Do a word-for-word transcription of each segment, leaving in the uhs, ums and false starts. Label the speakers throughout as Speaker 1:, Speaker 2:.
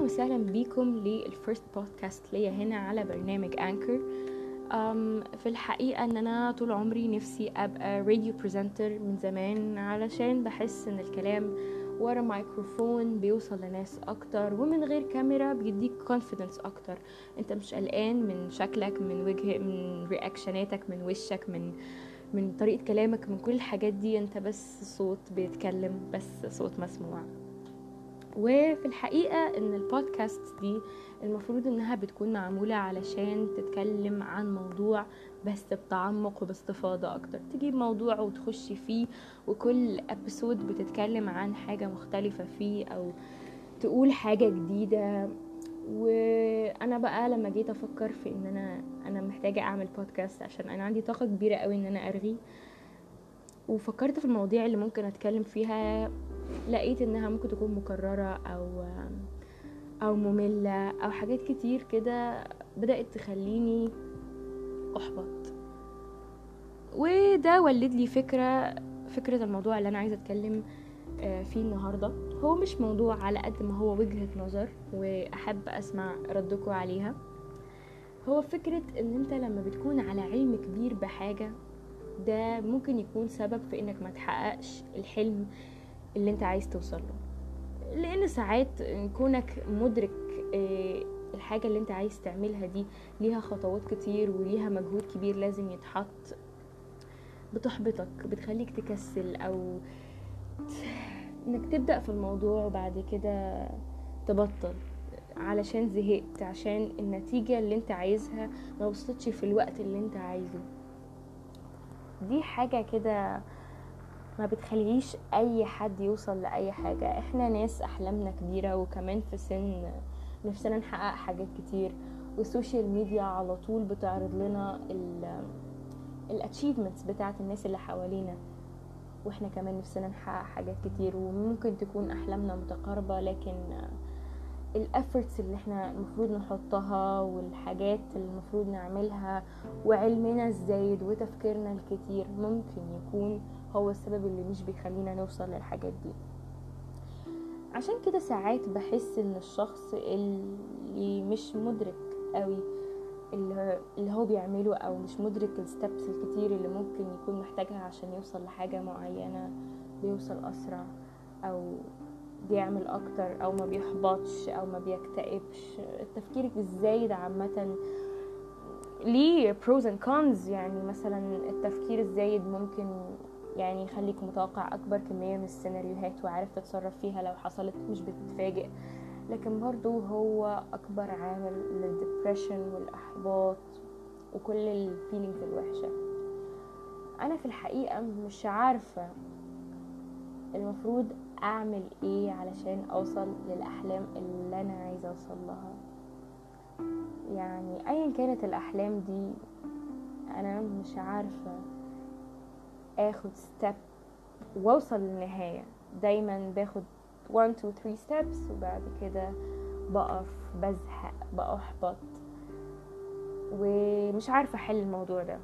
Speaker 1: وسهلا بيكم للفيرست بودكاست ليا هنا على برنامج أنكر. في الحقيقة ان انا طول عمري نفسي ابقى راديو بريزنتر من زمان، علشان بحس ان الكلام ورا مايكروفون بيوصل لناس اكتر، ومن غير كاميرا بيديك كونفيدنس اكتر. انت مش قلقان من شكلك، من وجه، من رياكشناتك، من وشك، من من طريقة كلامك، من كل الحاجات دي. انت بس صوت بيتكلم، بس صوت مسموع. وفي الحقيقة ان البودكاست دي المفروض انها بتكون معمولة علشان تتكلم عن موضوع بس بتعمق وباستفاضة اكتر، تجيب موضوع وتخشي فيه، وكل ابيسود بتتكلم عن حاجة مختلفة فيه او تقول حاجة جديدة. وانا بقى لما جيت افكر في ان انا انا محتاجة اعمل بودكاست عشان انا عندي طاقة كبيرة قوي ان انا ارغي، وفكرت في المواضيع اللي ممكن اتكلم فيها، لقيت انها ممكن تكون مكررة او او مملة او حاجات كتير كده بدأت تخليني احبط. وده ولد لي فكرة فكرة الموضوع اللي انا عايزة اتكلم فيه النهاردة. هو مش موضوع على قد ما هو وجهة نظر، واحب اسمع ردكم عليها. هو فكرة ان انت لما بتكون على علم كبير بحاجة، ده ممكن يكون سبب في انك ما تحققش الحلم اللي انت عايز توصله. لان ساعات كونك مدرك الحاجة اللي انت عايز تعملها دي ليها خطوات كتير وليها مجهود كبير لازم يتحط، بتحبطك، بتخليك تكسل او انك تبدأ في الموضوع وبعد كده تبطل علشان زهقت، عشان النتيجة اللي انت عايزها ما وصلتش في الوقت اللي انت عايزه. دي حاجة كده ما بتخليش اي حد يوصل لاي حاجة. احنا ناس احلامنا كبيرة، وكمان في سن نفسنا نحقق حاجات كتير، والسوشيال ميديا على طول بتعرض لنا الاتشيفمنتس بتاعت الناس اللي حوالينا، واحنا كمان نفسنا نحقق حاجات كتير، وممكن تكون احلامنا متقاربة، لكن الافورتس اللي احنا المفروض نحطها والحاجات اللي المفروض نعملها وعلمنا الزايد وتفكيرنا الكتير ممكن يكون هو السبب اللي مش بيخلينا نوصل للحاجات دي. عشان كده ساعات بحس ان الشخص اللي مش مدرك قوي اللي هو بيعمله، او مش مدرك الستبس الكتير اللي ممكن يكون محتاجها عشان يوصل لحاجة معينة، بيوصل اسرع او بيعمل اكتر، او ما بيحبطش او ما بيكتئبش. التفكير الزايد عامة ليه pros and cons. يعني مثلا التفكير الزايد ممكن يعني يخليك متوقع اكبر كمية من السيناريوهات وعارف تتصرف فيها لو حصلت، مش بتتفاجئ، لكن برضو هو اكبر عامل للديبريشن والاحباط وكل الفيلينجز الوحشة. انا في الحقيقة مش عارفة المفروض اعمل ايه علشان اوصل للاحلام اللي انا عايزة اوصل لها. يعني ايا كانت الاحلام دي، انا مش عارفة اخد ستيب واوصل للنهاية. دايما باخد واحد اتنين تلاتة steps وبعد كده بقف، بزهق، بأحبط، ومش عارفة احل الموضوع ده.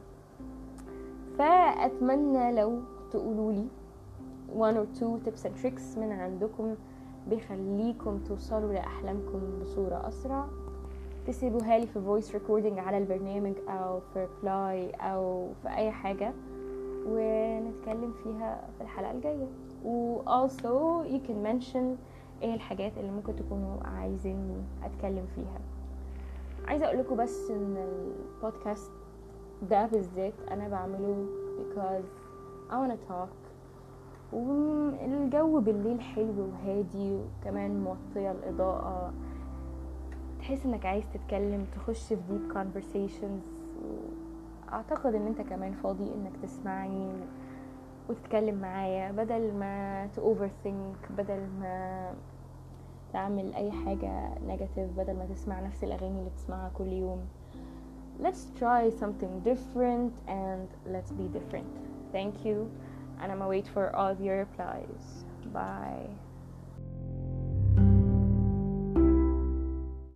Speaker 1: فأتمنى لو تقولولي one or two tips and tricks من عندكم بيخليكم توصلوا لأحلامكم بصورة أسرع، تسيبوها لي في voice recording على البرنامج أو في reply أو في أي حاجة، ونتكلم فيها في الحلقة الجاية. و also you can mention ايه الحاجات اللي ممكن تكونوا عايزيني اتكلم فيها. عايزة اقول لكم بس ان البودكاست ده بالذات انا بعمله because I wanna talk، والجو بالليل حلو وهادي، وكمان موطية الإضاءة، تحس انك عايز تتكلم، تخش في deep conversations. اعتقد ان انت كمان فاضي انك تسمعني وتتكلم معايا، بدل ما تoverthink، بدل ما تعمل اي حاجة نيجاتيف، بدل ما تسمع نفس الاغاني اللي بتسمعها كل يوم. Let's try something different and let's be different. Thank you and I'm await for all of your replies. Bye.